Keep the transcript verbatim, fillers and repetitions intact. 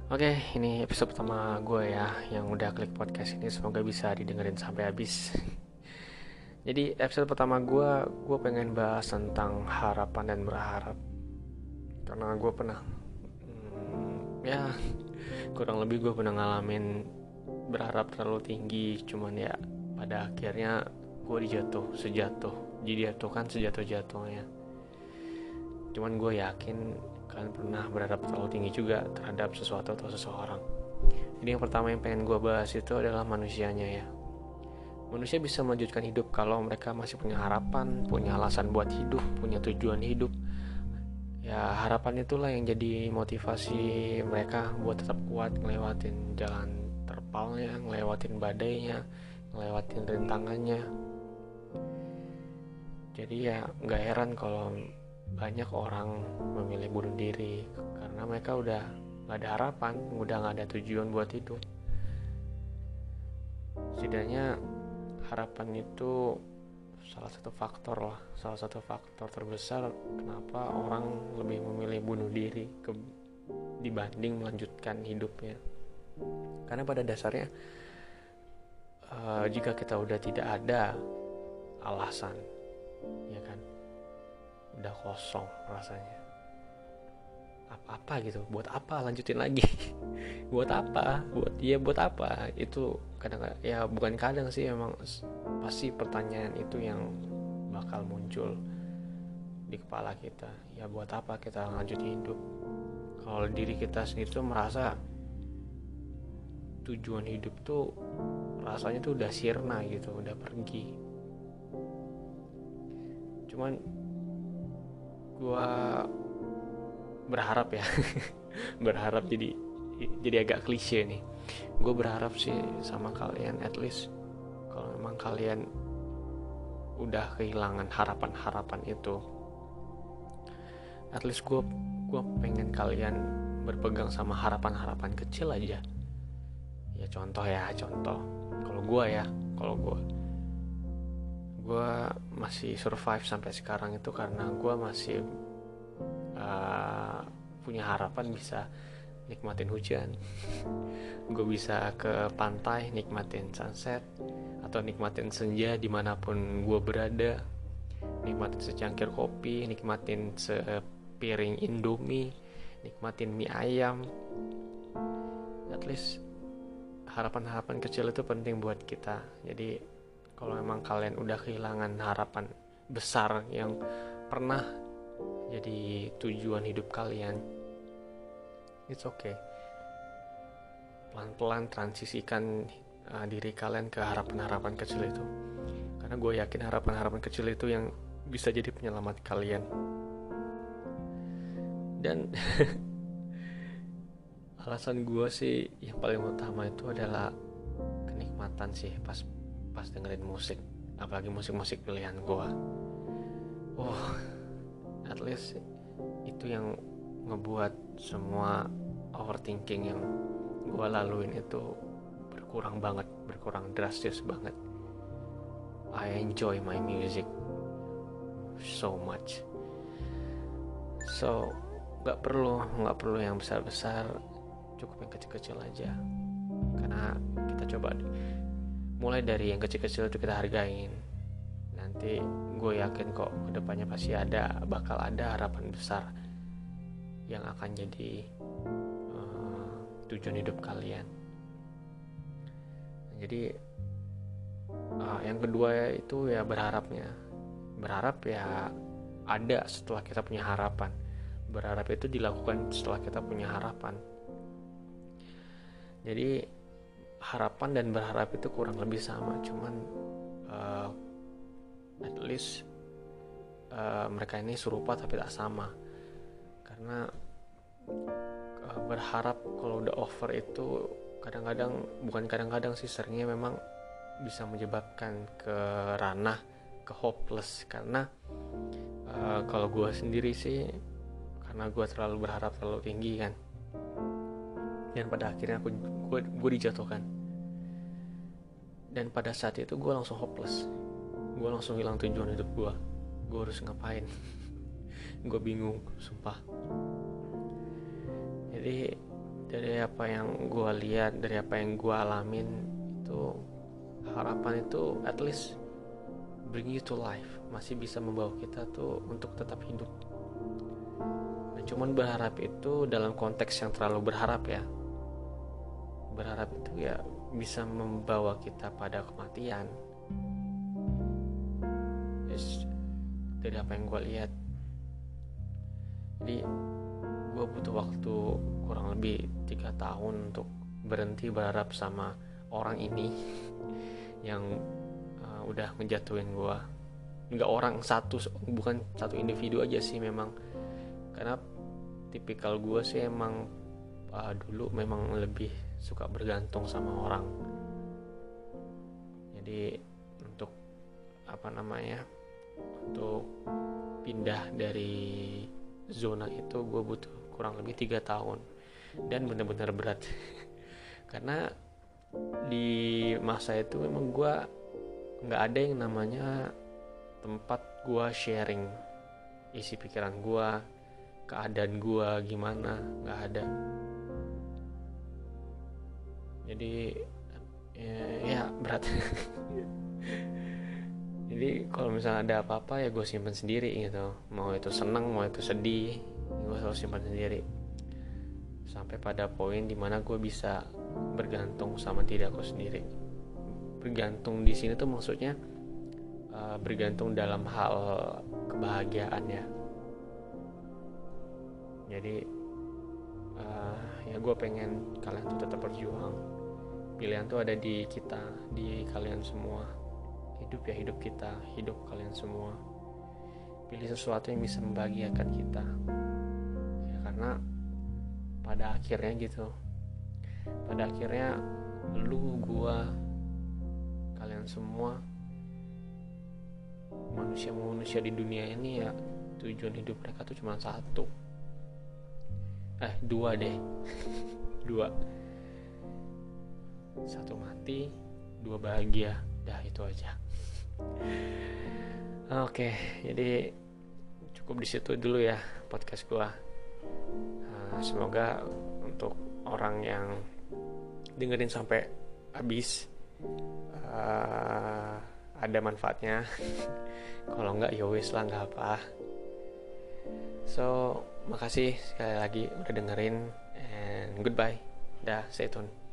Oke, ini episode pertama gue ya yang udah klik podcast ini. Semoga bisa didengerin sampai habis. Jadi episode pertama gue, gue pengen bahas tentang harapan dan berharap. Karena gue pernah, hmm, ya kurang lebih gue pernah ngalamin berharap terlalu tinggi. Cuman ya pada akhirnya gue dijatuh, sejatuh, dijatuhkan sejatuh-jatuhnya. Cuman gue yakin kalian pernah berharap terlalu tinggi juga terhadap sesuatu atau seseorang. Jadi yang pertama yang pengen gue bahas itu adalah manusianya ya. Manusia bisa melanjutkan hidup kalau mereka masih punya harapan, punya alasan buat hidup, punya tujuan hidup. Ya harapan itulah yang jadi motivasi mereka buat tetap kuat ngelewatin jalan terpalnya, ngelewatin badainya, ngelewatin rintangannya. Jadi ya gak heran kalau banyak orang memilih bunuh diri karena mereka udah gak ada harapan, udah gak ada tujuan buat hidup. Setidaknya harapan itu salah satu faktor lah, salah satu faktor terbesar kenapa orang lebih memilih bunuh diri ke, dibanding melanjutkan hidupnya. Karena pada dasarnya uh, jika kita udah tidak ada alasan, ya kan, udah kosong rasanya. Apa-apa gitu, buat apa lanjutin lagi? Buat apa? Buat dia buat apa? Itu kadang-kadang ya bukan kadang sih, emang pasti pertanyaan itu yang bakal muncul di kepala kita. Ya buat apa kita lanjut hidup kalau diri kita sendiri tuh merasa tujuan hidup tuh rasanya tuh udah sirna gitu, udah pergi. Cuman gua berharap ya berharap jadi jadi agak klise nih. Gue berharap sih sama kalian, at least kalau memang kalian udah kehilangan harapan-harapan itu, at least gue gue pengen kalian berpegang sama harapan-harapan kecil aja. Ya contoh ya contoh kalau gue ya kalau gue gue masih survive sampai sekarang itu karena gue masih uh, punya harapan bisa nikmatin hujan. Gue bisa ke pantai nikmatin sunset atau nikmatin senja dimanapun gue berada, nikmatin secangkir kopi, nikmatin sepiring indomie, nikmatin mie ayam. At least harapan-harapan kecil itu penting buat kita. Jadi kalau memang kalian udah kehilangan harapan besar yang pernah jadi tujuan hidup kalian, it's okay. Pelan-pelan transisikan uh, diri kalian ke harapan-harapan kecil itu. Karena gue yakin harapan-harapan kecil itu yang bisa jadi penyelamat kalian. Dan alasan gue sih yang paling utama itu adalah kenikmatan sih pas pas dengerin musik, apalagi musik-musik pilihan gue. Oh, at least itu yang ngebuat semua overthinking yang gue laluin itu berkurang banget, berkurang drastis banget. I enjoy my music so much. So nggak perlu nggak perlu yang besar-besar, cukup yang kecil-kecil aja. Karena kita coba mulai dari yang kecil-kecil itu kita hargain. Nanti gue yakin kok kedepannya pasti ada bakal ada harapan besar yang akan jadi uh, tujuan hidup kalian. Jadi uh, yang kedua itu ya berharapnya. Berharap ya ada setelah kita punya harapan. Berharap itu dilakukan setelah kita punya harapan. Jadi harapan dan berharap itu kurang lebih sama, cuman uh, at least uh, mereka ini serupa tapi tak sama. Karena uh, berharap kalau udah over itu kadang-kadang, bukan kadang-kadang sih, seringnya memang bisa menyebabkan ke ranah ke hopeless. Karena uh, kalau gue sendiri sih, karena gue terlalu berharap terlalu tinggi kan, dan pada akhirnya aku gue, gue dijatuhkan. Dan pada saat itu gue langsung hopeless, gue langsung hilang tujuan hidup gue. Gue harus ngapain? Gue bingung, sumpah. Jadi dari apa yang gue lihat, dari apa yang gue alamin, itu harapan itu at least bring you to life, masih bisa membawa kita tuh untuk tetap hidup. Nah, cuman berharap itu dalam konteks yang terlalu berharap ya. Berharap itu ya bisa membawa kita pada kematian. Yes, dari apa yang gue lihat. Jadi gue butuh waktu kurang lebih tiga tahun untuk berhenti berharap sama orang ini yang uh, udah ngejatuhin gue. Nggak orang satu, bukan satu individu aja sih memang. Karena tipikal gue sih emang uh, dulu memang lebih suka bergantung sama orang. Jadi untuk apa namanya, untuk pindah dari zona itu gue butuh kurang lebih tiga tahun dan benar-benar berat. Karena di masa itu memang gue nggak ada yang namanya tempat gue sharing isi pikiran gue, keadaan gue gimana, nggak ada. Jadi ya, ya berat. Jadi kalau misalnya ada apa-apa ya gue simpan sendiri gitu. Mau itu senang, mau itu sedih, gue selalu simpan sendiri. Sampai pada poin dimana gue bisa bergantung sama diri aku sendiri. Bergantung di sini tuh maksudnya uh, bergantung dalam hal kebahagiaan ya. Jadi uh, ya gue pengen kalian tuh tetap berjuang. Pilihan tuh ada di kita, di kalian semua. Hidup ya hidup kita, hidup kalian semua. Pilih sesuatu yang bisa membahagiakan kita ya, karena pada akhirnya gitu, pada akhirnya lu, gua, kalian semua manusia-manusia di dunia ini ya tujuan hidup mereka tuh cuma satu, eh dua deh dua, satu mati, dua bahagia. Dah itu aja. Oke, jadi cukup di situ dulu ya podcast gua. Uh, semoga untuk orang yang dengerin sampai habis uh, ada manfaatnya. Kalau enggak ya wis lah, nggak apa. So makasih sekali lagi udah dengerin, and goodbye. Dah, stay tune.